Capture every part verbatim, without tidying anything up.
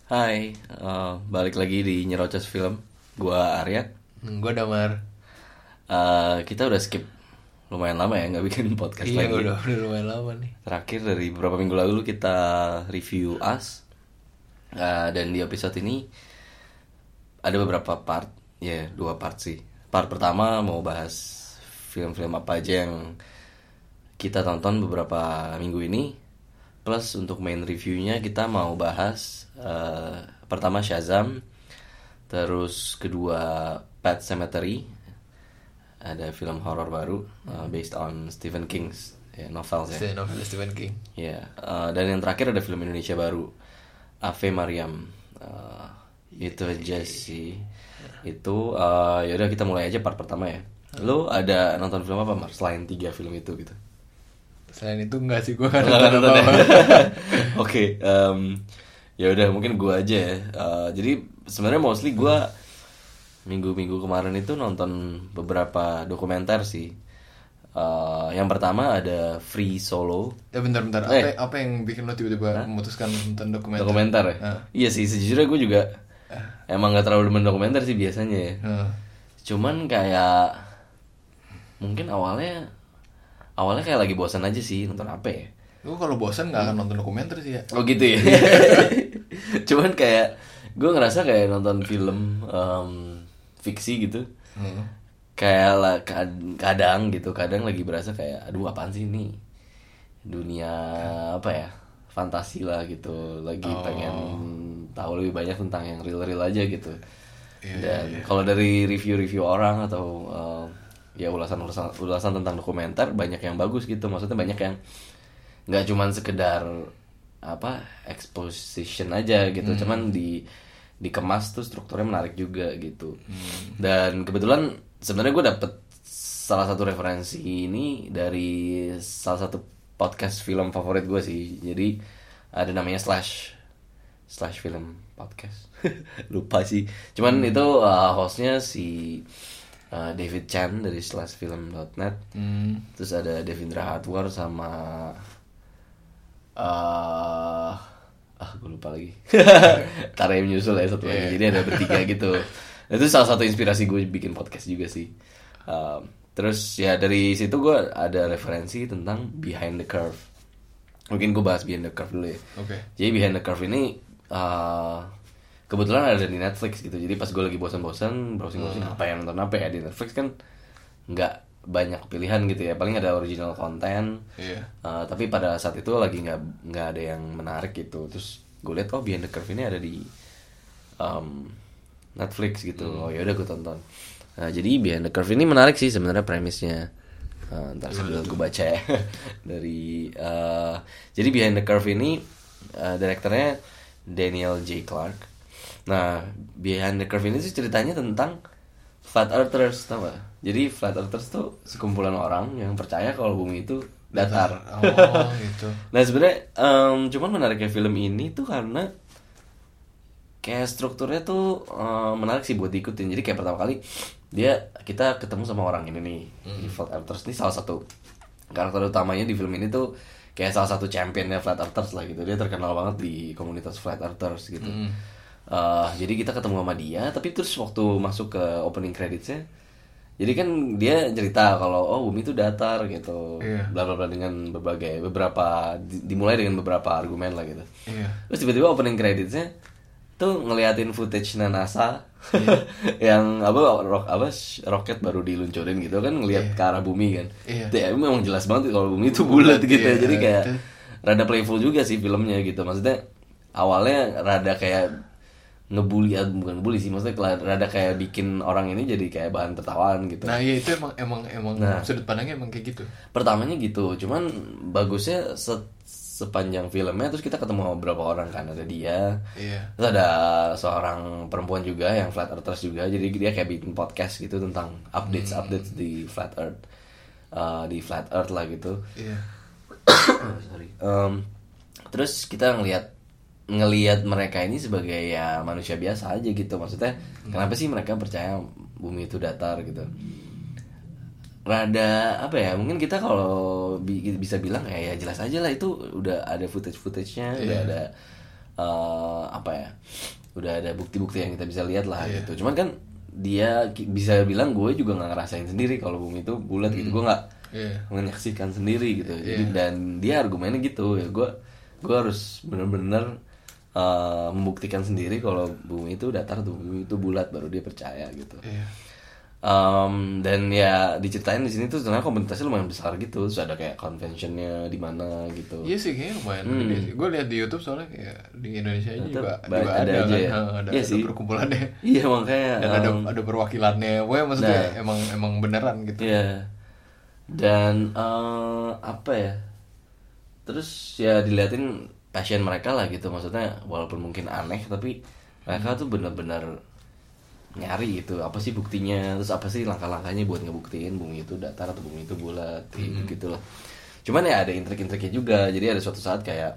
Hai, eh, balik lagi di Nyerocos Film. Gua Arya. Hmm, gue Damar. Eh, kita udah skip lumayan lama ya nggak bikin podcast Iya lagi. udah udah lumayan lama nih. Terakhir dari beberapa minggu lalu kita review Us. Eh, dan di episode ini ada beberapa part, ya yeah, dua part sih. Part pertama mau bahas film-film apa aja yang kita tonton beberapa minggu ini. Plus untuk main reviewnya kita mau bahas uh, pertama Shazam, terus kedua Pet Sematary, ada film horor baru uh, based on Stephen King's ya, novels ya. Novel Stephen King. Ya, uh, dan yang terakhir ada film Indonesia baru Ave Mariam. Uh, itu aja sih. Itu uh, ya udah kita mulai aja part pertama ya. Lu ada nonton film apa Mar selain tiga film itu gitu? Selain itu enggak sih gue kan Nggak nonton nonton apa-apa. ya? Oke, em, ya udah mungkin gue aja ya. Eh, jadi sebenarnya mostly gue minggu-minggu kemarin itu nonton beberapa dokumenter sih. Eh, yang pertama ada Free Solo. Ya bentar-bentar, Eh. apa apa yang bikin lo tiba-tiba memutuskan nonton dokumenter? Dokumenter ya? Ah. Iya sih, sejujurnya gue juga emang gak terlalu demen dokumenter sih biasanya ya. Ah. Cuman kayak mungkin awalnya awalnya kayak lagi bosan aja sih nonton apa ya. Gue kalau bosan nggak akan nonton dokumenter sih ya. Oh gitu ya. Cuman kayak gue ngerasa kayak nonton film em, fiksi gitu. Hmm. Kayak lah kad- kadang gitu, kadang lagi berasa kayak aduh apaan sih ini dunia apa ya, fantasi lah gitu. Lagi Oh. pengen tahu lebih banyak tentang yang real-real aja gitu. Iya, Dan iya, iya. kalau dari review-review orang atau em, ya ulasan-ulasan ulasan tentang dokumenter banyak yang bagus gitu. Maksudnya banyak yang nggak cuman sekedar apa exposition aja gitu, Hmm. cuman di dikemas tuh strukturnya menarik juga gitu. Hmm. Dan kebetulan sebenarnya gue dapet salah satu referensi ini dari salah satu podcast film favorit gue sih. Jadi ada namanya slash slash film podcast. Lupa sih. Cuman itu uh, hostnya si uh, David Chan dari slash film dot net. Hmm. Terus ada Devindra Hatwar sama uh, ah gue lupa lagi. Karya menyusul ya satu lagi. Jadi ada bertiga gitu. Itu salah satu inspirasi gue bikin podcast juga sih. Um, terus ya dari situ gue ada referensi tentang Behind the Curve. Mungkin gue bahas Behind the Curve dulu ya. Oke. Jadi Behind the Curve ini uh, kebetulan ada di Netflix gitu. Jadi pas gue lagi bosan-bosan browsing-browsing apa yang nonton apa ya di Netflix kan nggak banyak pilihan gitu ya. Paling ada original content. Iya. Uh, tapi pada saat itu lagi nggak nggak ada yang menarik gitu. Terus gue lihat oh Behind the Curve ini ada di um, Netflix gitu. Oh ya udah gue tonton. Nah jadi Behind the Curve ini menarik sih sebenarnya premisnya. Uh, ntar sambil gue baca ya dari uh, jadi Behind the Curve ini uh, direkturnya Daniel J. Clark. Nah Behind the Curve ini sih ceritanya tentang flat earthers, tau gak? Jadi flat earthers tuh sekumpulan orang yang percaya kalau bumi itu datar. Oh gitu. Nah sebenarnya um, cuman menariknya film ini tuh karena kayak strukturnya tuh um, menarik sih buat diikutin. Jadi kayak pertama kali dia kita ketemu sama orang ini nih, di flat earthers ini salah satu karakter utamanya di film ini tuh kayak salah satu championnya flat earthers lah gitu. Dia terkenal banget di komunitas flat earthers gitu. Hmm. Uh, jadi kita ketemu sama dia, tapi terus waktu masuk ke opening creditsnya, jadi kan dia cerita kalau oh bumi itu datar gitu, Iya. bla bla bla dengan berbagai beberapa di- dimulai dengan beberapa argumen lah gitu. Iya. Terus tiba-tiba opening creditsnya tuh ngeliatin footage NASA Iya. yang apa rock apa sh- roket baru diluncurin gitu kan ngelihat Iya. ke arah bumi kan. Iya. Ya, memang jelas banget kalau bumi itu bulat gitu ya. Iya, Jadi kayak itu. rada playful juga sih filmnya gitu. Maksudnya awalnya rada kayak ngebully, ah, bukan ngebully sih, maksudnya kela- rada kayak bikin orang ini jadi kayak bahan tertawaan gitu. Nah iya itu emang emang emang Nah. sudut pandangnya emang kayak gitu. Pertamanya gitu, cuman bagusnya se- sepanjang filmnya terus kita ketemu sama beberapa orang kan, ada dia, Iya. terus ada seorang perempuan juga yang flat earthers juga, jadi dia kayak bikin podcast gitu tentang updates updates di flat earth, uh, di flat earth lah gitu. Iya. Sorry. Um, terus kita ngelihat ngelihat mereka ini sebagai ya manusia biasa aja gitu. Maksudnya kenapa sih mereka percaya bumi itu datar gitu? Rada apa ya? Mungkin kita kalau bi- bisa bilang ya, ya jelas aja lah itu udah ada footage-footage-nya, udah Iya. ada uh, apa ya? udah ada bukti-bukti yang kita bisa lihat lah Iya. gitu. Cuman kan dia ki- bisa bilang gue juga nggak ngerasain sendiri kalau bumi itu bulat gitu. Gue nggak Iya. menyaksikan sendiri gitu. Jadi Iya. dan dia argumennya gitu ya, gue gue harus bener-bener uh, membuktikan sendiri kalau bumi itu datar atau bumi itu bulat baru dia percaya gitu. Iya. Um, dan ya diceritain di sini tuh sebenarnya komunitasnya lumayan besar gitu, terus ada kayak conventionnya di mana gitu. Iya sih kayaknya lumayan Hmm. gede sih. Gue lihat di YouTube soalnya kayak di Indonesia aja Tetep juga, ba- juga ada ada, aja kan, ya. Ha, ada, Iya ada sih. perkumpulannya. Iya makanya. Dan ada um, ada perwakilannya. Pokoknya maksudnya Nah. emang emang beneran gitu. Iya. Dan uh, apa ya? Terus ya diliatin passion mereka lah gitu, maksudnya walaupun mungkin aneh tapi mereka tuh benar-benar nyari gitu apa sih buktinya, terus apa sih langkah-langkahnya buat ngebuktiin bumi itu datar atau bumi itu bulat gitu gitu loh. Cuman ya ada intrik-intriknya juga, jadi ada suatu saat kayak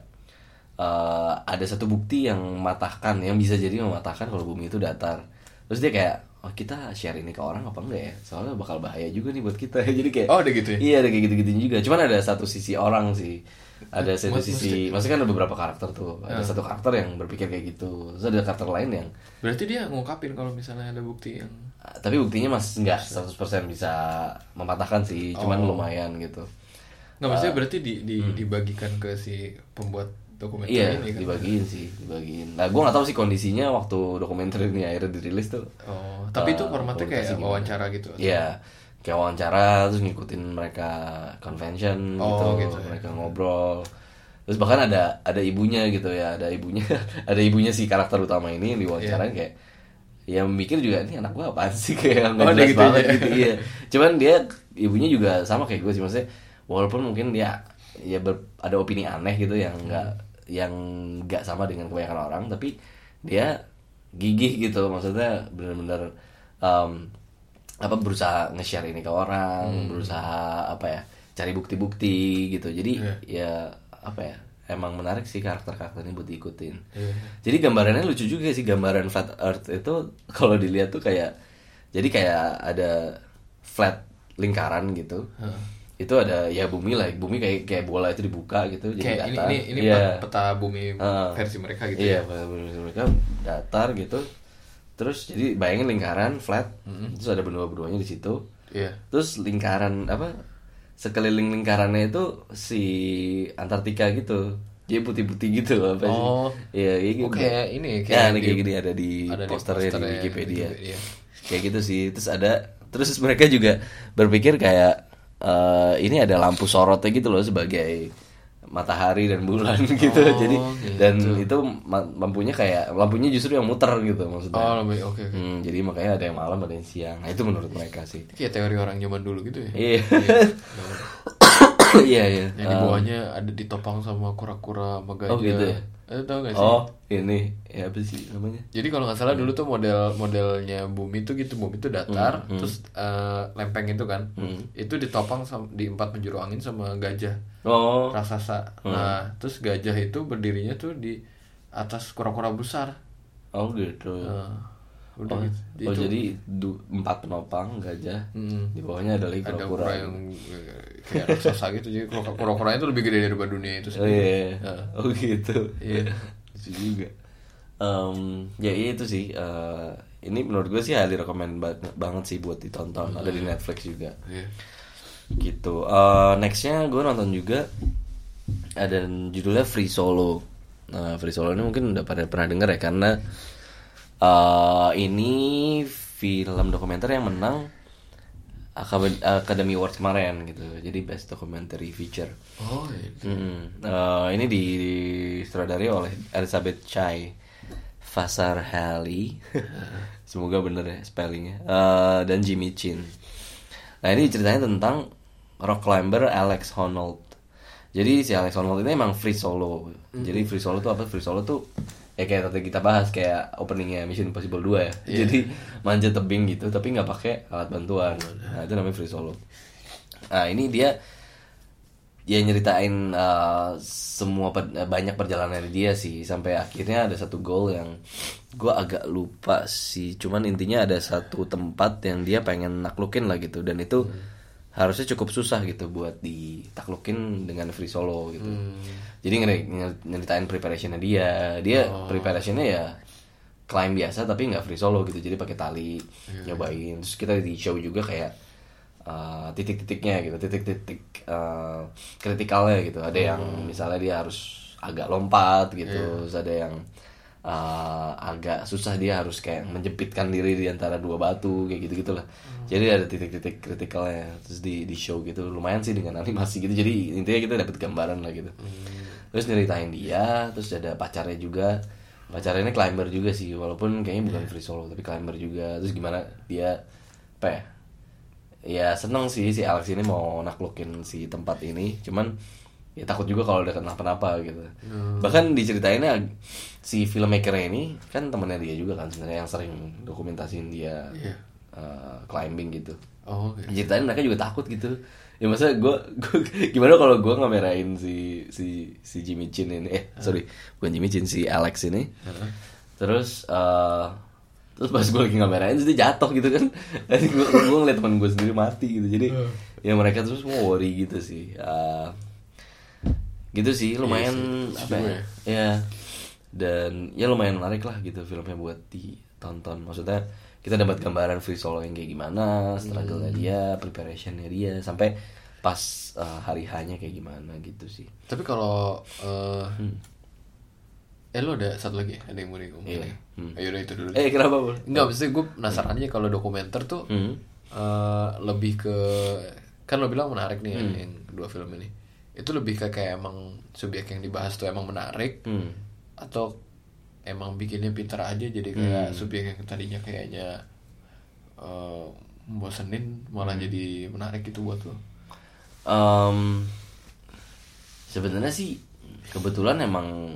uh, ada satu bukti yang mematahkan, yang bisa jadi mematahkan kalau bumi itu datar. Terus dia kayak, oh kita share ini ke orang apa enggak ya, soalnya bakal bahaya juga nih buat kita. Jadi kayak Oh, ada gitu ya? iya ada kayak gitu-gitu juga. Cuman ada satu sisi orang sih, ada satu Mas- sisi, maksudnya kan ada beberapa karakter tuh, ada Ah. satu karakter yang berpikir kayak gitu, terus ada karakter lain yang Berarti dia ngungkapin kalau misalnya ada bukti yang ah, tapi buktinya masih nggak seratus persen bisa mematahkan sih, cuman Oh. lumayan gitu. nggak maksudnya berarti di, di dibagikan ke si pembuat dokumenter Iya, ini kan? dibagiin sih, dibagiin. Nah, gue nggak tahu sih kondisinya waktu dokumenter ini akhirnya dirilis tuh. Oh, tapi itu Uh, formatnya komunikasi kayak gimana. wawancara gitu. atau- Iya, kayak wawancara terus ngikutin mereka convention Oh, gitu, gitu ya. mereka ngobrol. Terus bahkan ada ada ibunya gitu ya, ada ibunya, ada ibunya si karakter utama ini yang diwawancarain Iya. kayak yang mikir juga ini anak gua apaan sih kayak nggak Oh, ada jelas gitu banget aja. gitu iya. Cuman dia ibunya juga sama kayak gue sih, maksudnya walaupun mungkin dia ya ber- ada opini aneh gitu yang nggak yang nggak sama dengan kebanyakan orang, tapi dia gigih gitu, maksudnya benar-benar um, apa berusaha nge-share ini ke orang, berusaha apa ya cari bukti-bukti gitu. Jadi Iya. ya apa ya emang menarik sih karakter-karakter ini buat diikutin. Iya. Jadi gambarannya lucu juga sih, gambaran flat earth itu kalau dilihat tuh kayak jadi kayak ada flat lingkaran gitu. Heeh. Itu ada ya bumi lah, bumi kayak kayak bola itu dibuka gitu jadi Kayak ini datar. ini ini Iya. peta- peta bumi Heeh. versi mereka gitu Iya, ya. peta bumi mereka datar gitu. Terus jadi bayangin lingkaran flat, terus ada benua-benuanya di situ. Iya. Terus lingkaran apa sekeliling lingkarannya itu si Antartika gitu. Jadi putih-putih gitu loh apa sih? Oh. Iya, kayak gitu. Oh, kayak ini, Ya, kayak ini di- kayak gini ada di ada di posternya di, posternya Wikipedia. Wikipedia. Kayak gitu sih. Terus ada terus mereka juga berpikir kayak eh, ini ada lampu sorotnya gitu loh sebagai matahari dan bulan gitu. Oh, Jadi gitu. dan itu ma- lampunya kayak lampunya justru yang muter gitu maksudnya. Oh, lebih oke oke. Hmm, jadi makanya ada yang malam ada yang siang. Nah, itu menurut mereka sih. Kayak teori orang zaman dulu gitu ya. Iya. Iya, iya. Yang di Um, bawahnya ada ditopang sama kura-kura sama gajah. Oh, gitu ya? Eh, tau gak sih? Oh, ini ya apa sih namanya? Jadi kalau nggak salah dulu tuh model modelnya bumi tuh gitu, bumi tuh datar, Hmm, terus eh, lempeng itu kan, itu ditopang sama, di empat penjuru angin sama gajah Oh. raksasa. Hmm. Nah, terus gajah itu berdirinya tuh di atas kura-kura besar. Oh gitu. Nah, udah Oh, gitu. oh Itu- jadi du- empat penopang gajah. Mm. Di bawahnya ada lagi ada kura-kura. kura yang eh, kayak raksasa gitu, jadi kura- kura-kuranya itu lebih gede daripada dunia itu Oh sendiri. iya. Nah. Oh gitu. Iya. Lucu juga. Em, ya itu sih. eh, ini menurut gue sih highly recommend banget, banget sih buat ditonton. Ada di Netflix juga. Iya. Gitu. Eh, nextnya gue nonton juga ada judulnya Free Solo. Nah, Free Solo ini mungkin udah pada pernah denger ya karena eh ini film dokumenter yang menang Academy Academy Awards kemarin gitu. Jadi Best Documentary Feature. Oh iya. Mm-mm. Eh, ini disutradarai oleh Elizabeth Chai Fasarhali. Semoga bener ya spellingnya. Eh, dan Jimmy Chin. Nah ini ceritanya tentang rock climber Alex Honnold. Jadi si Alex Honnold ini emang free solo. Jadi free solo tuh apa? Free solo tuh ya kayak tadi kita bahas kayak openingnya Mission Impossible dua ya. Iya. Jadi manjat tebing gitu tapi nggak pakai alat bantuan. Nah itu namanya free solo. Nah ini dia dia nyeritain uh, semua per- banyak perjalanan dia sih sampai akhirnya ada satu goal yang gue agak lupa sih, cuman intinya ada satu tempat yang dia pengen naklukin lah gitu dan itu harusnya cukup susah gitu buat ditaklukin dengan free solo gitu. Jadi ngeri- ngeri- nyeritain preparationnya dia, dia Oh. preparationnya ya climb biasa tapi nggak free solo gitu, jadi pakai tali yeah. nyobain. Terus kita di show juga kayak uh, titik-titiknya gitu, titik-titik uh, kritikalnya gitu. Ada hmm. yang misalnya dia harus agak lompat gitu, yeah. terus ada yang uh, agak susah, dia harus kayak menjepitkan diri di antara dua batu kayak gitu gitulah. Hmm. Jadi ada titik-titik kritikalnya, terus di di show gitu lumayan sih dengan animasi gitu. Jadi intinya kita dapat gambaran lah gitu. Hmm. Terus nyeritain dia, terus ada pacarnya juga. Pacarnya ini climber juga sih, walaupun kayaknya bukan free solo tapi climber juga. Terus gimana dia apa ya? Ya seneng sih si Alex ini mau naklukin si tempat ini, cuman ya takut juga kalau ada kenapa-napa gitu. Hmm. Bahkan diceritainnya si filmmaker ini kan temannya dia juga kan sebenarnya yang sering dokumentasiin dia yeah. uh, climbing gitu. Oh, okay. Diceritain mereka juga takut gitu. Ya masa gue, gimana kalau gue ngamerain si si si Jimmy Chin ini, eh uh. sorry bukan Jimmy Chin, si Alex ini, uh-huh. terus uh, terus pas gue lagi ngamerain terus dia jatuh gitu kan, gue gue ngeliat teman gue sendiri mati gitu, jadi uh. ya mereka terus mau worry gitu sih, uh, gitu sih lumayan yes, apa ya, ya dan ya lumayan menarik lah gitu filmnya buat ditonton. Maksudnya kita dapat gambaran free solo yang kayak gimana, struggle-nya hmm. dia, preparation-nya dia, sampai pas uh, hari hanya kayak gimana gitu sih. Tapi kalau uh, hmm. eh lo ada satu lagi, ada yang mau diomongin? Iya. Hmm. Ayo udah itu dulu. Eh kenapa bro? Enggak, maksudnya gue penasaran aja kalau dokumenter tuh hmm. uh, lebih ke, kan lo bilang menarik nih hmm. yang dua film ini. Itu lebih ke kayak emang subjek yang dibahas tuh emang menarik, hmm. atau emang bikinnya pintar aja jadi kayak hmm. subjek yang tadinya kayaknya uh, bosenin malah hmm. jadi menarik gitu buat lo? Um, sebenarnya sih kebetulan emang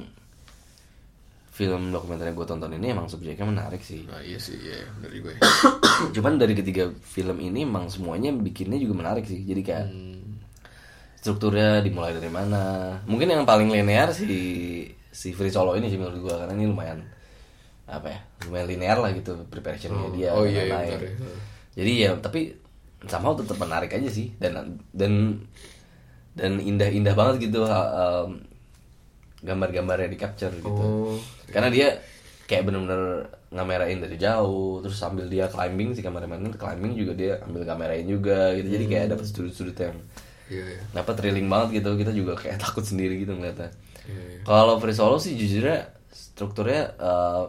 film dokumenter yang gue tonton ini emang subjeknya menarik sih. Nah, iya sih, iya benar juga. Ya. Cuman dari ketiga film ini emang semuanya bikinnya juga menarik sih. Jadi kayak hmm. strukturnya dimulai dari mana? Mungkin yang paling linear sih si free solo ini sih menurut gue, karena ini lumayan apa ya, lumayan linear lah gitu preparationnya oh, dia oh, iya, iya, ya. Jadi ya tapi somehow tetap menarik aja sih, dan dan dan indah-indah banget gitu um, gambar-gambarnya di capture gitu. Oh. Karena dia kayak bener-bener ngamerain dari jauh, terus sambil dia climbing, si kameramen climbing juga dia ambil kamerain juga gitu. Jadi kayak dapat sudut-sudut yang yeah, yeah. dapat thrilling banget gitu. Kita juga kayak takut sendiri gitu ngeliatnya. Yeah, yeah. Kalau free solo sih jujurnya strukturnya uh,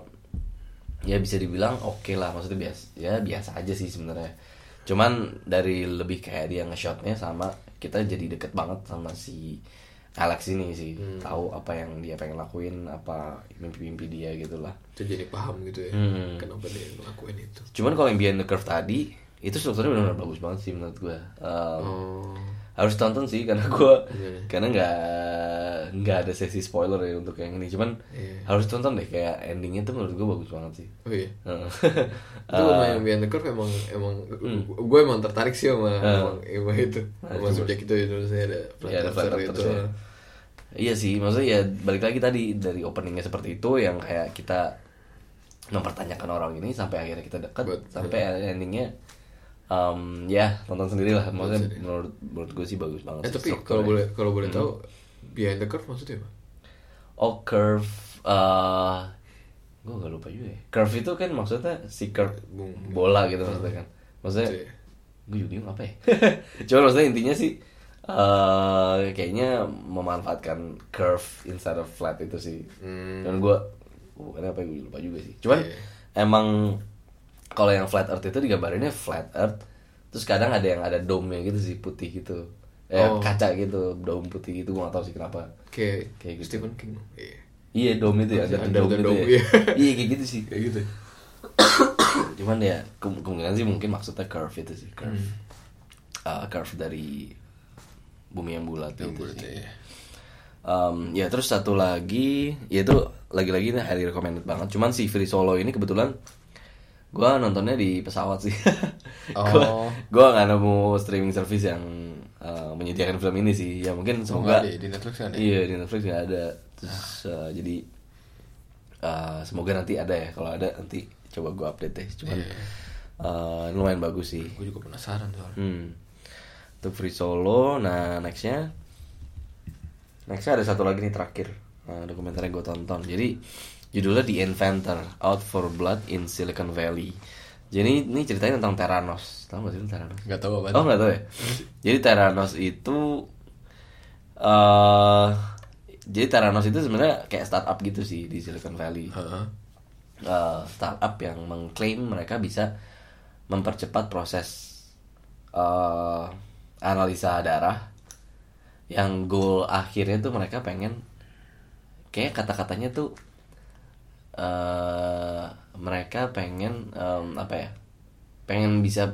ya bisa dibilang oke okay lah, maksudnya biasa ya biasa aja sih sebenarnya. Cuman dari lebih kayak dia nge-shotnya sama kita jadi deket banget sama si Alex ini sih, hmm. tahu apa yang dia pengen lakuin, apa mimpi-mimpi dia gitulah. Itu jadi paham gitu ya, hmm. kenapa dia ngelakuin itu. Cuman kalau yang Behind the Curve tadi itu strukturnya benar-benar bagus banget sih menurut gue. Um, oh. Harus tonton sih karena gue yeah. karena nggak nggak ada sesi spoiler ya untuk yang ini. Cuman yeah. harus tonton deh, kayak endingnya tuh menurut gue bagus banget sih. Oh iya. Itu uh, yang Behind the Curve emang emang hmm. gue emang tertarik sih sama uh, emang, emang itu sama subjek itu itu saya ada ya, ada flat itu. Ya. Iya sih, maksudnya ya balik lagi tadi dari openingnya seperti itu yang kayak kita mempertanyakan orang ini sampai akhirnya kita dekat, But, sampai yeah. endingnya um, ya tonton sendiri lah. Maksudnya sendiri. menurut menurut gue sih bagus banget. Eh tapi kalau boleh kalau boleh hmm. tahu Behind the Curve maksudnya apa? Oh curve, uh, gue gak lupa juga ya. Curve itu kan maksudnya si curve bola gitu maksudnya kan. Maksudnya gue juga bingung apa ya. Cuma maksudnya intinya sih Uh, kayaknya memanfaatkan curve instead of flat itu sih. Hmm. Dan gue, uh, kenapa gue lupa juga sih. Cuman yeah. emang kalau yang flat earth itu digambarinnya flat earth, terus kadang ada yang ada dome-nya gitu sih, putih gitu, eh, oh. kaca gitu, dome putih gitu. Gue nggak tahu sih kenapa. Kayak kayak gitu. Stephen King. Yeah. Iya dome itu ya, ada, ada dome, dome itu ya. Iya kayak gitu sih. Kayak gitu. Cuman ya ke- kemungkinan sih mungkin maksudnya curve itu sih, curve, hmm. uh, curve dari bumi yang bulat gitu bulat, sih. Ya. Um, ya terus satu lagi, yaitu lagi-lagi ini highly recommended banget. Cuman si free solo ini kebetulan gue nontonnya di pesawat sih. gue oh. gue nggak nemu streaming service yang uh, menyediakan film ini sih. Ya mungkin semoga oh, di Netflix ada. Iya di Netflix nggak ada. Terus uh, jadi uh, semoga nanti ada ya. Kalau ada nanti coba gue update deh. Cuman yeah. uh, lumayan bagus sih. Gue juga penasaran soalnya. Hmm. Untuk free solo, nah nextnya nextnya ada satu lagi nih terakhir uh, dokumenter yang gue tonton. Jadi Judulnya The Inventor, Out for Blood in Silicon Valley. Jadi ini ceritanya tentang Theranos. Tahu nggak sih Theranos? Nggak tahu apa. Oh nggak tahu ya. Jadi Theranos itu, uh, jadi Theranos itu sebenarnya kayak startup gitu sih di Silicon Valley. Uh-huh. Uh, startup yang mengklaim mereka bisa mempercepat proses uh, analisa darah. Yang goal akhirnya tuh mereka pengen, kayak kata-katanya tuh uh, mereka pengen um, apa ya, pengen bisa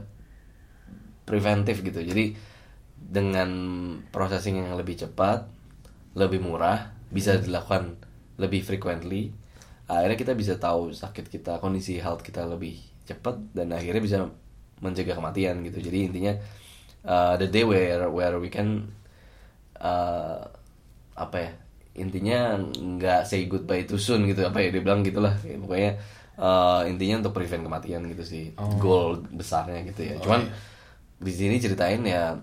preventif gitu. Jadi dengan processing yang lebih cepat, lebih murah, bisa dilakukan lebih frequently, akhirnya kita bisa tahu sakit kita, kondisi health kita lebih cepat, dan akhirnya bisa mencegah kematian gitu. Jadi intinya uh, the day where where we can uh, apa ya, intinya nggak say goodbye too soon gitu, apa ya dia bilang gitulah ya, pokoknya uh, intinya untuk prevent kematian gitu sih. Oh. Goal besarnya gitu ya. Oh, cuman iya. Di sini ceritain ya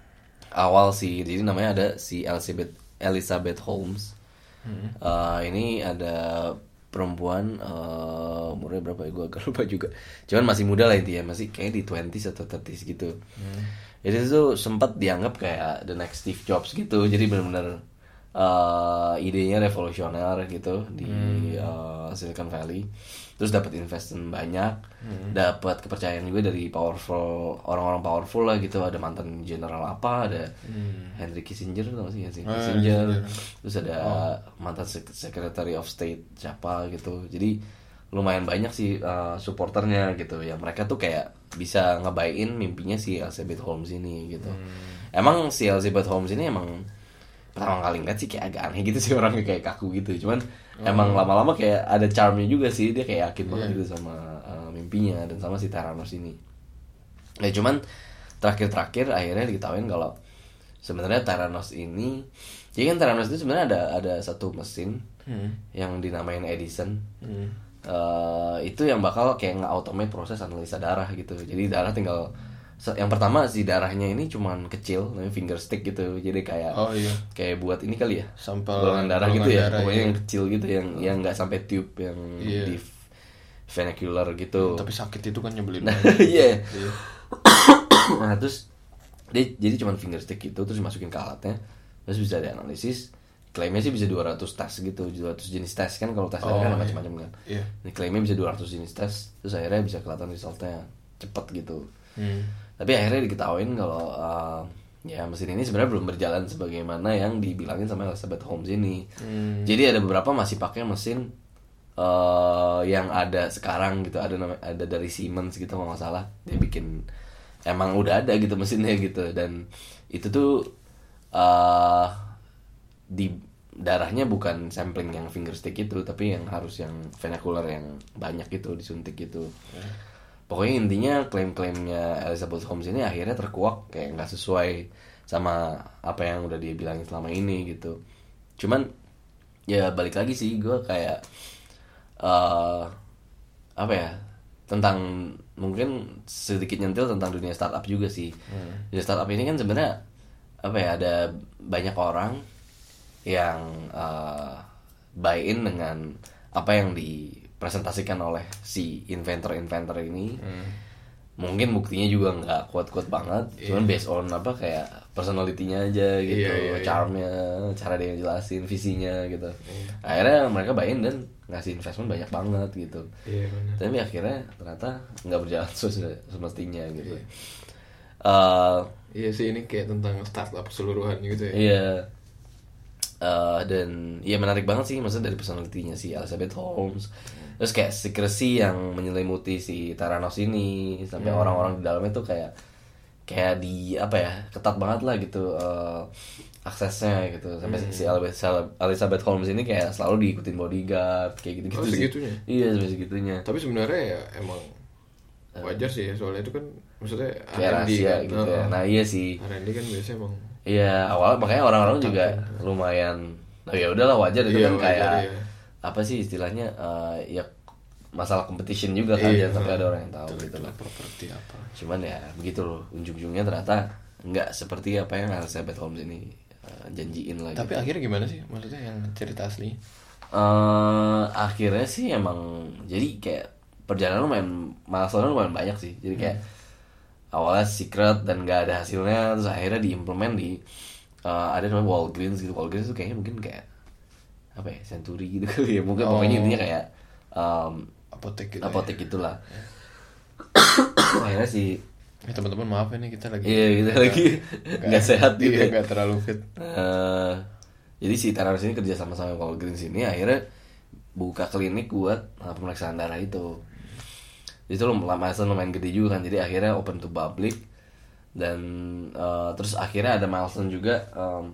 awal sih, jadi namanya ada si Elizabeth Elizabeth Holmes. Hmm. Uh, ini ada perempuan uh, umurnya berapa ya, gue agak lupa juga. Cuman masih muda lah intinya, masih kayak di twenties atau thirties gitu. Hmm. Jadi itu sempat dianggap kayak the next Steve Jobs gitu. Jadi benar-benar uh, idenya revolusioner gitu di hmm. uh, Silicon Valley. Terus dapat investment banyak, hmm. dapat kepercayaan juga dari powerful orang-orang powerful lah gitu. Ada mantan general apa, ada hmm. Henry Kissinger, tau sih Henry Kissinger. Oh, terus ada oh. mantan Secretary of State siapa gitu. Jadi lumayan banyak sih uh, supporternya gitu ya. Mereka tuh kayak bisa ngebayin mimpinya si Elizabeth Holmes ini gitu. Hmm. Emang si Elizabeth Holmes ini emang pertama kali ngeliat sih kayak agak aneh gitu sih, orangnya kayak kaku gitu. Cuman oh. emang lama-lama kayak ada charmnya juga sih, dia kayak yakin banget yeah. gitu sama uh, mimpinya dan sama si Theranos ini. Nah cuman terakhir-terakhir akhirnya diketahuin kalau sebenarnya Theranos ini, jadi kan Theranos itu sebenarnya ada ada satu mesin hmm. yang dinamain Edison. Hmm. Uh, itu yang bakal kayak nge-automate proses analisa darah gitu. Jadi darah tinggal, yang pertama si darahnya ini cuman kecil, namanya finger stick gitu. Jadi kayak oh, iya. kayak buat ini kali ya, sampel golongan darah gitu ya, darah, pokoknya iya. yang kecil gitu, yang oh. yang nggak sampai tube, yang iya. di vernacular gitu. Tapi sakit itu kan nyebelin nah, banget. Iya. Nah terus dia jadi cuman finger stick gitu, terus masukin ke alatnya, terus bisa dianalisis. Klaimnya sih bisa dua ratus tes gitu, dua ratus jenis tes kan, kalau tes oh, kan iya. macam-macam kan. Iya. Ini klaimnya bisa dua ratus jenis tes, terus akhirnya bisa kelihatan resultnya cepet gitu. Hmm. Tapi akhirnya diketahuin kalau uh, ya mesin ini sebenarnya belum berjalan sebagaimana yang dibilangin sama Elizabeth Holmes ini. Hmm. Jadi ada beberapa masih pakai mesin uh, yang ada sekarang gitu, ada nama, ada dari Siemens gitu kalau nggak salah. Dia bikin emang udah ada gitu mesinnya gitu, dan itu tuh uh, di darahnya bukan sampling yang finger stick itu, tapi yang harus yang vernacular yang banyak gitu, disuntik gitu. Hmm. Pokoknya intinya klaim-klaimnya Elizabeth Holmes ini akhirnya terkuak kayak nggak sesuai sama apa yang udah dia bilangin selama ini gitu. Cuman ya balik lagi sih, gue kayak uh, apa ya, tentang mungkin sedikit nyentil tentang dunia startup juga sih. Hmm. Dunia startup ini kan sebenarnya apa ya, ada banyak orang yang uh, buy in dengan apa yang di presentasikan oleh si inventor-inventor ini. hmm. Mungkin buktinya juga nggak kuat-kuat banget, yeah. cuman based on apa kayak personality-nya aja gitu, yeah, yeah, charmnya, yeah. cara dia jelasin visinya gitu. Yeah. Akhirnya mereka buy-in dan ngasih investment banyak banget gitu. Yeah, tapi akhirnya ternyata nggak berjalan semestinya gitu. Iya yeah. uh, yeah, sih ini kayak tentang startup keseluruhan gitu ya. Iya. Yeah. Uh, dan ya menarik banget sih, maksudnya dari personality-nya si Elizabeth Holmes. Terus kayak secrecy yang menyelimuti si Theranos ini, sampai hmm. orang-orang di dalamnya tuh kayak kayak di apa ya, ketat banget lah gitu uh, aksesnya gitu. Sampai hmm. si Elizabeth Holmes ini kayak selalu diikutin bodyguard kayak gitu-gitu. Oh, segitunya? Sih. Iya, sampai segitunya. Tapi sebenarnya ya emang wajar sih ya, soalnya itu kan maksudnya kayak rahasia kan? Gitu. Ya. Nah, iya sih. R and D kan biasanya emang. Iya, awal makanya orang-orang juga kan. Lumayan. Oh ya udahlah, wajar itu iya, kan wajar, kayak iya. Apa sih istilahnya, uh, ya masalah competition juga kan, iya, jangan sampai ada orang yang tahu gitu lah properti apa. Cuman ya begitu loh, ujung-ujungnya ternyata nggak seperti apa yang Elizabeth Holmes ini uh, janjiin lah. Tapi gitu. Akhirnya gimana sih, maksudnya yang cerita asli? Uh, akhirnya sih emang jadi kayak perjalanan lumayan milestone lumayan banyak sih. Jadi kayak hmm. awalnya secret dan gak ada hasilnya, terus akhirnya diimplement di uh, ada namanya Walgreens gitu. Walgreens tuh kayaknya mungkin kayak apa ya, Century gitu kali ya. Mungkin oh. pokoknya intinya kayak um, apotek gitu. Apotek ya. Gitulah. Akhirnya sih ya, teman-teman maaf ini kita lagi iya kita gak, lagi nggak sehat gitu iya, nggak terlalu fit. Uh, jadi si Teranos ini kerja sama sama Walgreens ini akhirnya buka klinik buat uh, pemeriksaan darah itu. Itu lumayan lumayan gede juga kan, jadi akhirnya open to public dan uh, terus akhirnya ada milestone juga um,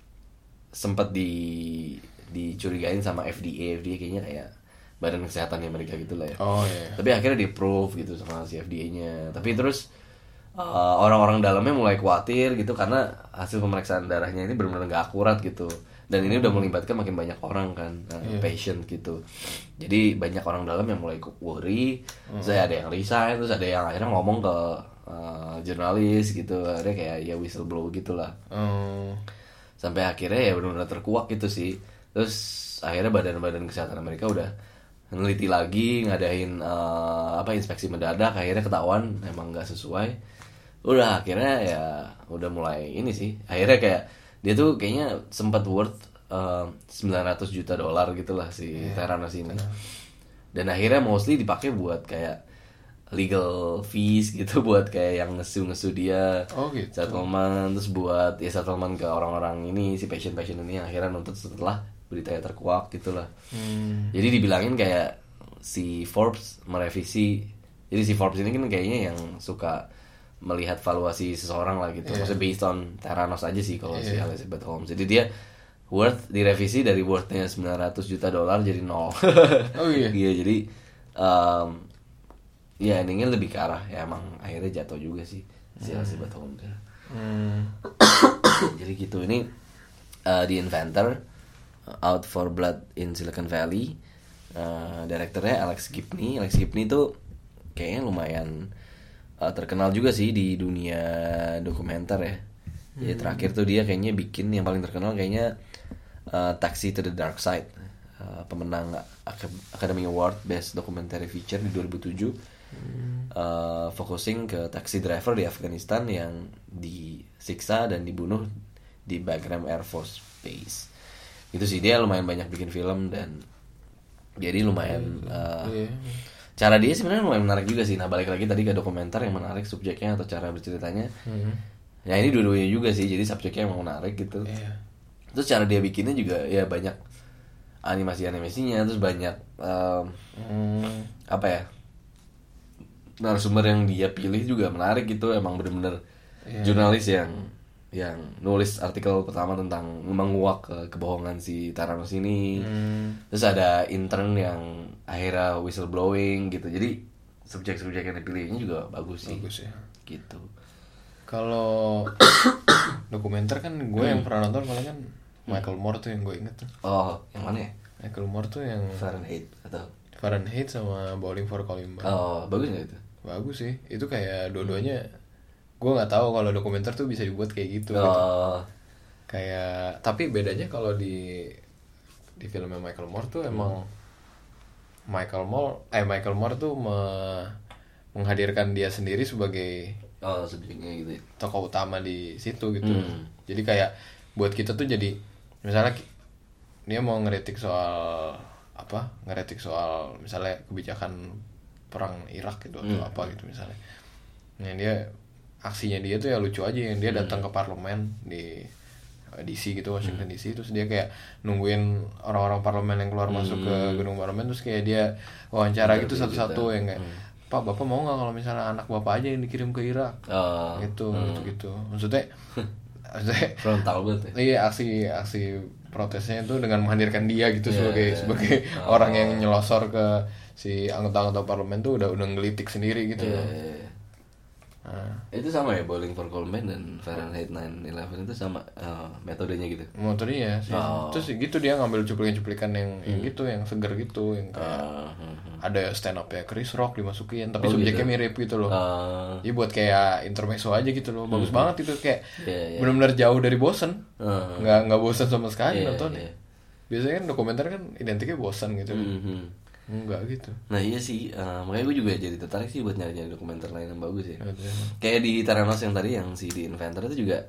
sempat di dicurigain sama F D A. F D A kayaknya kayak Badan Kesehatan Amerika gitu lah ya. Oh iya. Tapi akhirnya di approve gitu sama si F D A-nya. Tapi terus uh, orang-orang dalamnya mulai khawatir gitu karena hasil pemeriksaan darahnya ini benar-benar nggak akurat gitu. Dan ini udah melibatkan makin banyak orang kan, uh, yeah. patient gitu. Jadi banyak orang dalam yang mulai worry. Mm. Terus ada yang resign, terus ada yang akhirnya ngomong ke uh, jurnalis gitu. Akhirnya kayak ya whistleblow gitulah. Mm. Sampai akhirnya ya benar-benar terkuak gitu sih. Terus akhirnya badan-badan kesehatan Amerika udah neliti lagi, ngadain uh, apa inspeksi mendadak, akhirnya ketahuan emang nggak sesuai. Udah akhirnya ya udah mulai ini sih. Akhirnya kayak dia tuh kayaknya sempat worth uh, sembilan ratus juta dolar gitulah si yeah, Theranos ini. Tenang. Dan akhirnya mostly dipakai buat kayak legal fees gitu, buat kayak yang ngesu-ngesu dia. Oh gitu. Settlement, terus buat ya settlement ke orang-orang ini, si patient-patient ini yang akhirnya nuntut setelah beritanya terkuak gitulah. Hmm. Jadi dibilangin kayak si Forbes merevisi. Jadi si Forbes ini kan kayaknya yang suka melihat valuasi seseorang lah gitu. Yeah. Maksudnya based on Theranos aja sih kalau yeah. si Elizabeth Holmes. Jadi dia worth direvisi dari worthnya sembilan ratus juta dolar jadi nol. Oh iya. Iya, jadi um, ya endingnya lebih ke arah ya emang akhirnya jatuh juga sih si hmm. Elizabeth Holmes. Hmm. Jadi gitu, ini uh, The Inventor, Out for Blood in Silicon Valley. Uh, direkturnya Alex Gibney. Alex Gibney tuh kayaknya lumayan uh, terkenal juga sih di dunia dokumenter ya. Hmm. Jadi terakhir tuh dia kayaknya bikin yang paling terkenal kayaknya uh, Taxi to the Dark Side, uh, pemenang Academy Award Best Documentary Feature di dua ribu tujuh. Hmm. Uh, focusing ke taxi driver di Afghanistan yang disiksa dan dibunuh di Bagram Air Force Base. Itu sih, dia lumayan banyak bikin film dan jadi lumayan uh, yeah. cara dia sebenarnya lumayan menarik juga sih. Nah balik lagi tadi ke dokumenter yang menarik subjeknya atau cara berceritanya. Hmm. Ya ini dua-duanya juga sih, jadi subjeknya emang menarik gitu. Yeah. Terus cara dia bikinnya juga ya banyak animasi-animasinya, terus banyak um, hmm. apa ya, narasumber yang dia pilih juga menarik gitu. Emang bener-bener yeah. jurnalis yang yang nulis artikel pertama tentang menguak ke kebohongan si Theranos ini. hmm. Terus ada intern yang akhirnya whistleblowing gitu. Jadi subjek-subjek yang dipilihnya juga bagus sih. Bagus ya. Gitu. Kalau dokumenter kan gue hmm. yang pernah nonton paling kan Michael Moore tuh yang gue inget tuh. Oh, yang mana ya? Michael Moore tuh yang Fahrenheit atau Fahrenheit sama Bowling for Columbine. Oh, bagus nggak itu? Bagus sih. Itu kayak dua-duanya. Gue nggak tahu kalau dokumenter tuh bisa dibuat kayak gitu. Oh. Gitu. Kayak tapi bedanya kalau di di filmnya Michael Moore tuh emang hmm. Michael Moore eh Michael Moore tuh me, menghadirkan dia sendiri sebagai oh subjeknya gitu. Tokoh utama di situ gitu. Hmm. Jadi kayak buat kita tuh jadi misalnya dia mau ngeritik soal apa? Ngeritik soal misalnya kebijakan perang Irak gitu atau hmm. apa gitu misalnya. Nah dia aksinya dia tuh ya lucu aja, yang dia datang hmm. ke parlemen di D C gitu, Washington hmm. D C, terus dia kayak nungguin orang-orang parlemen yang keluar hmm. masuk ke gedung parlemen, terus kayak dia wawancara gitu satu-satu yang kayak hmm. Pak, bapak mau nggak kalau misalnya anak bapak aja yang dikirim ke Irak, oh. gitu, hmm. gitu gitu, maksudnya, maksudnya frontal banget. Ya? Iya aksi aksi protesnya itu dengan menghadirkan dia gitu yeah, sebagai yeah. sebagai oh. orang yang nyelosor ke si anggota-anggota parlemen tuh udah udah ngelitik sendiri gitu. Yeah, yeah, yeah. Nah. Itu sama ya, Bowling for Columbine dan Fahrenheit nine eleven itu sama uh, metodenya gitu. Metodenya sih. Oh. Terus gitu dia ngambil cuplikan-cuplikan yang, hmm. yang gitu, yang seger gitu, yang kayak uh, uh, uh. ada stand up ya Chris Rock dimasukin, tapi oh, subjeknya gitu. Mirip gitu loh. Uh. Jadi buat kayak intermezzo aja gitu loh. Bagus hmm. banget itu, kayak yeah, yeah. benar-benar jauh dari bosen. Uh. Nggak nggak bosen sama sekali yeah, nonton. Yeah. Biasanya kan dokumenter kan identiknya bosan gitu. Mm-hmm. Enggak gitu. Nah iya sih, uh, makanya gue juga jadi tertarik sih buat nyari-nyari dokumenter lain yang bagus ya. Betul. Kayak di Theranos yang tadi yang si The Inventor itu juga,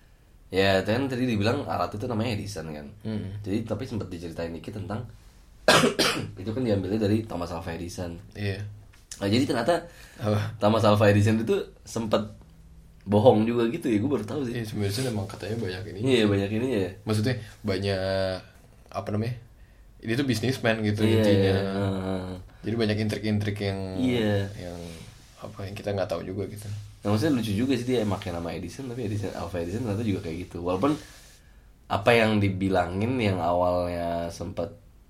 ya kan tadi dibilang alat itu namanya Edison kan. Hmm. Jadi tapi sempat diceritain dikit tentang itu kan diambilnya dari Thomas Alva Edison. Iya. Nah jadi ternyata oh. Thomas Alva Edison itu sempat bohong juga gitu ya, gue baru tahu sih. Iya sebenarnya emang katanya banyak ini. Iya banyak ini ya. Maksudnya banyak apa namanya? Ini tuh bisnismen gitu iya, intinya. Iya. Uh, Jadi banyak intrik-intrik yang iya. yang apa yang kita nggak tahu juga gitu. Nah maksudnya lucu juga sih dia pakai nama Edison, tapi Edison Alva Edison ternyata juga kayak gitu. Walaupun apa yang dibilangin yang awalnya sempat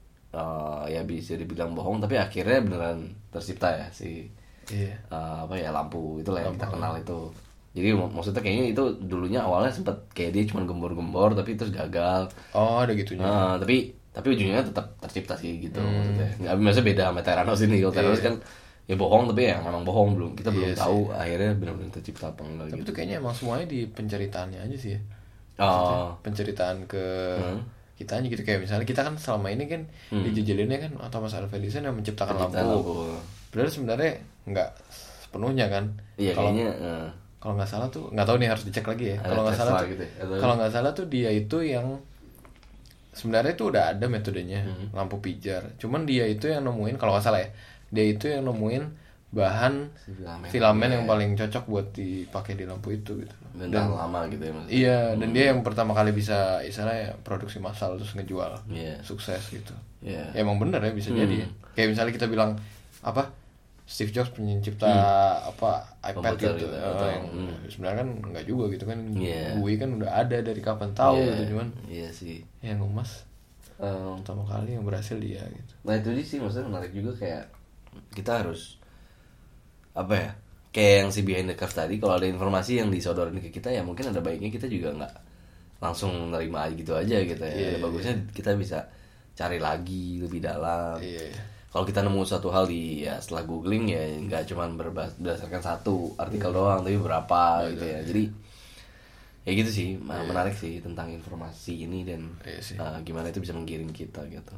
uh, ya bisa dibilang bohong, tapi akhirnya beneran tercipta ya si iya. uh, apa ya lampu itulah yang kita kenal itu. Jadi mak- maksudnya kayaknya itu dulunya awalnya sempat kayak dia cuma gembor-gembor tapi terus gagal. Oh ada gitunya. Uh, tapi tapi ujungnya tetap tercipta sih gitu hmm. maksudnya. Nggak maksudnya beda sama Theranos ini. Kalau Theranos yeah. kan ya bohong tapi ya memang bohong, belum kita belum yeah, tahu sih. Akhirnya benar-benar tercipta apa enggak tapi gitu. Tapi itu kayaknya emang semuanya di penceritaannya aja sih ya. Oh. Penceritaan ke hmm. kitanya gitu, kayak misalnya kita kan selama ini kan hmm. dijejelinnya kan Thomas Alva Edison yang menciptakan lampu. lampu. Padahal sebenarnya nggak sepenuhnya kan. Iya kalau, kayaknya. Uh. Kalau nggak salah tuh nggak tahu nih, harus dicek lagi ya. Kalau nggak salah tuh, gitu ya? Kalau nggak salah tuh dia itu yang sebenarnya itu udah ada metodenya hmm. lampu pijar. Cuman dia itu yang nemuin, kalau nggak salah ya, dia itu yang nemuin bahan filamen, filamen yang paling cocok buat dipakai di lampu itu gitu. Dan, dan lama gitu ya. Maksudnya. Iya, hmm. dan dia yang pertama kali bisa istilahnya produksi massal terus ngejual, yeah. sukses gitu. Yeah. Ya emang bener ya bisa hmm. jadi. Kayak misalnya kita bilang apa? Steve Jobs pencipta hmm. apa iPad gitu, gitu uh, yang hmm. sebenarnya kan nggak juga gitu kan. Yeah. Gue kan udah ada dari kapan tahu yeah. gitu, cuman iya yeah, sih yang emas um, pertama kali yang berhasil dia gitu. Nah itu sih maksudnya menarik juga, kayak kita harus apa ya, kayak yang si behind the curve tadi, kalau ada informasi yang disodorin ke kita ya mungkin ada baiknya kita juga nggak langsung nerima gitu aja gitu ya. Yeah, ada bagusnya yeah. kita bisa cari lagi lebih dalam. Yeah, yeah. Kalau kita nemu suatu hal di ya setelah googling ya nggak cuma berdasarkan satu artikel hmm. doang, tapi berapa hmm. gitu ya. Jadi ya gitu sih, yeah. menarik sih tentang informasi ini dan yeah, uh, gimana itu bisa menggiring kita gitu.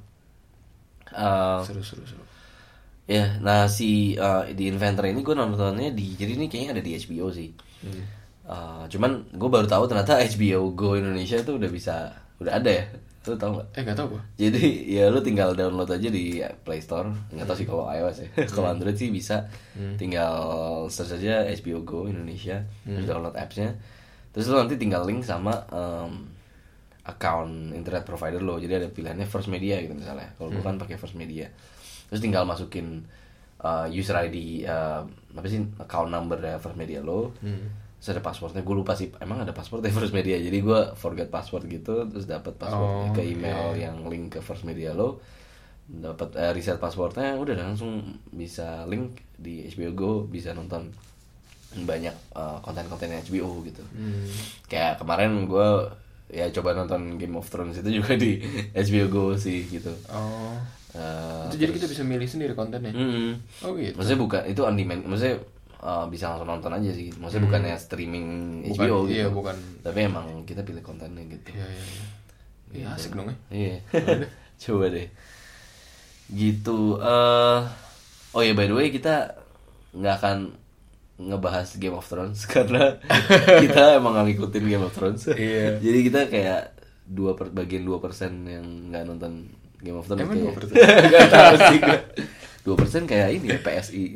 Uh, seru seru seru. Ya, nah si uh, The Inventor ini gue nontonnya di, jadi ini kayaknya ada di H B O sih. Hmm. Uh, cuman gue baru tahu ternyata H B O Go Indonesia itu udah bisa, udah ada ya. Lu tau gak? Eh gak tau gue. Jadi ya lu tinggal download aja di Play Store. Gak tau sih kalau iOS ya. Hmm. Kalau Android sih bisa. Hmm. Tinggal search aja H B O Go Indonesia, hmm. terus download apps-nya. Terus lu nanti tinggal link sama um, account internet provider lo. Jadi ada pilihannya First Media gitu misalnya. Kalau hmm. gue kan pakai First Media. Terus tinggal masukin uh, user I D, uh, apa sih, account number ya First Media lo. Hmm. Terus ada passwordnya, gue lupa sih, emang ada password ya First Media, jadi gue forget password gitu, terus dapat passwordnya oh, ke email yeah. yang link ke First Media lo, dapat eh, reset passwordnya, udah langsung bisa link di H B O Go, bisa nonton banyak uh, konten-konten H B O gitu. Hmm. Kayak kemarin gue ya coba nonton Game of Thrones itu juga di H B O Go sih gitu. Oh. Uh, itu terus, jadi kita bisa milih sendiri kontennya. Mm, oh gitu. Maksudnya bukan itu on demand, maksudnya Uh, bisa langsung nonton aja sih, maksudnya hmm. bukannya streaming H B O bukan, gitu, iya, bukan. Tapi emang kita pilih kontennya gitu. Iya iya. Iya gitu. Asik dong ya. Iya. Coba deh. Gitu. Uh, oh ya by the way kita nggak akan ngebahas Game of Thrones karena kita emang nggak ngikutin Game of Thrones. Iya. Jadi kita kayak dua per, bagian dua persen yang nggak nonton Game of Thrones. Emang dua persen? Nggak tahu sih. dua persen kayak ini ya P S I.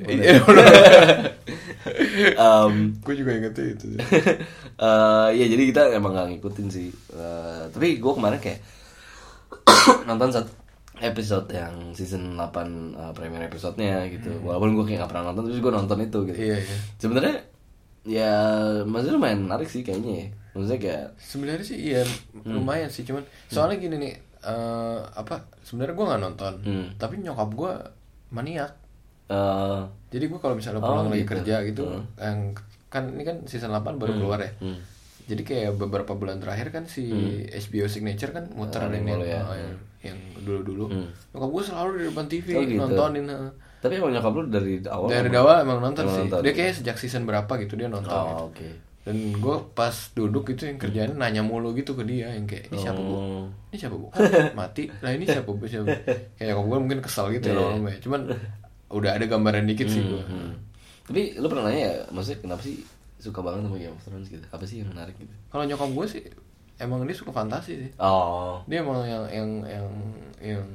um, gue juga ingetnya itu. uh, ya jadi kita emang gak ngikutin sih. Uh, tapi gue kemarin kayak nonton satu episode yang season delapan uh, premier episode-nya gitu. Hmm. Walaupun gue kayak gak pernah nonton, terus gue nonton itu gitu. Iya, iya. Sebenarnya ya maksudnya lumayan menarik sih kayaknya ya. Maksudnya kayak sebenarnya sih iya lumayan hmm. sih, cuman soalnya gini nih, uh, apa sebenarnya gue nggak nonton, hmm. tapi nyokap gue maniak. Uh, Jadi gue kalau misalnya pulang oh, lagi gitu. kerja gitu, uh. yang kan ini kan season delapan baru hmm. keluar ya. Hmm. Jadi kayak beberapa bulan terakhir kan si hmm. H B O Signature kan muter uh, yang, ya. uh, yang yang dulu-dulu. Hmm. Nyokap gue selalu di depan T V oh, gitu. nontonin. Uh. Tapi emang nyokap lu dari awal? Dari awal emang nonton emang sih. Nonton. Dia kayak sejak season berapa gitu dia nonton. Oh, oke. Okay. Dan gue pas duduk itu yang kerjaannya nanya mulu gitu ke dia, yang kayak ini siapa bu, ini siapa bu, mati, nah ini siapa bu, siapa? Kayak gue mungkin kesel gitu ya lama-lama ya. Cuman udah ada gambaran dikit sih gue. Hmm. Tapi lu pernah nanya ya, maksudnya kenapa sih suka banget sama Game of Thrones gitu? Apa sih yang menarik gitu? Kalau nyokap gue sih emang dia suka fantasi sih. Oh. Dia emang yang yang yang yang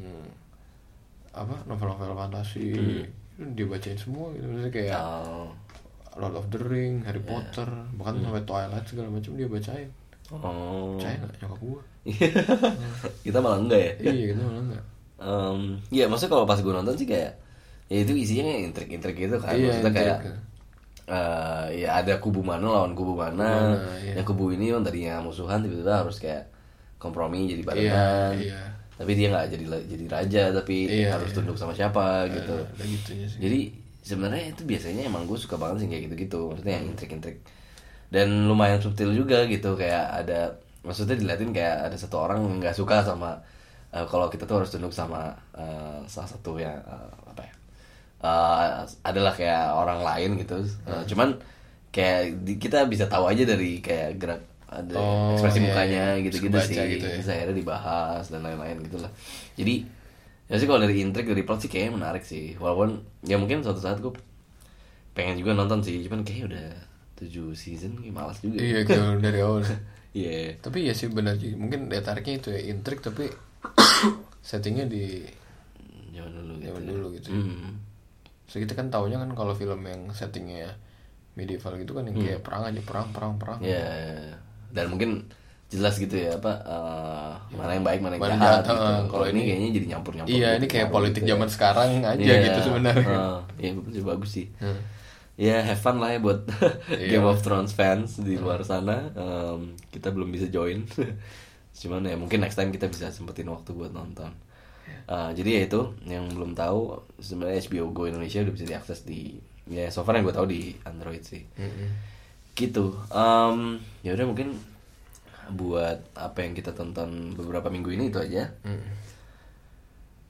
apa novel-novel fantasi hmm. dia bacain semua gitu, maksudnya kayak oh. Lord of the Ring, Harry yeah. Potter, bahkan hmm. sampai Twilight segala macam dia bacain. Oh. Percaya nggak nyokap gue? Kita malah enggak ya? Iya kita malah enggak. Um, ya maksudnya kalau pas gue nonton sih kayak ya itu isinya intrik-intrik gitu kan, iya, maksudnya kayak uh, ya ada kubu mana lawan kubu mana, mana iya. Yang kubu ini yang tadinya musuhan tiba-tiba harus kayak kompromi jadi barengan. Iya, iya. Tapi dia nggak jadi jadi raja tapi iya, harus iya. Tunduk sama siapa gitu. Uh, gitu sih. Jadi sebenarnya itu biasanya emang gue suka banget sih kayak gitu-gitu, maksudnya yang intrik-intrik dan lumayan subtil juga gitu, kayak ada maksudnya diliatin kayak ada satu orang yang nggak suka sama uh, kalau kita tuh harus tunduk sama uh, salah satu yang uh, apa ya uh, adalah kayak orang lain gitu, uh, hmm. cuman kayak di, kita bisa tahu aja dari kayak gerak ada oh, ekspresi iya, mukanya iya. Gitu-gitu sih gitu ya. Bisa akhirnya dibahas dan lain-lain gitulah. Jadi ya sih kalau dari intrik dari plot sih kayaknya menarik sih, walaupun ya mungkin suatu saat gue pengen juga nonton sih, cuman kayaknya udah tujuh season kayak malas juga. Iya kalau dari awal. Iya. Yeah. Tapi ya sih benar sih, mungkin daya tariknya itu ya intrik tapi settingnya di zaman dulu gitu. Zaman dulu gitu. Mm. So kita kan taunya kan kalau film yang settingnya medieval gitu kan yang kayak mm. perang aja perang perang perang. Iya. Yeah. Dan mungkin jelas gitu ya apa uh, mana yang baik mana yang jahat gitu. Uh, kalau ini kayaknya jadi nyampur-nyampur. Iya, gitu, ini kayak politik zaman ya. Sekarang aja yeah, gitu sebenarnya. Uh, ya bagus sih. Hmm. Ya have fun lah ya buat Game of Thrones fans di luar sana. Um, kita belum bisa join. Cuman ya mungkin next time kita bisa sempetin waktu buat nonton. Uh, jadi ya itu yang belum tahu sebenarnya H B O Go Indonesia udah bisa diakses di ya so far yang gue tahu di Android sih. Mm-hmm. Gitu. Um, ya udah mungkin buat apa yang kita tonton beberapa minggu ini itu aja. Hmm.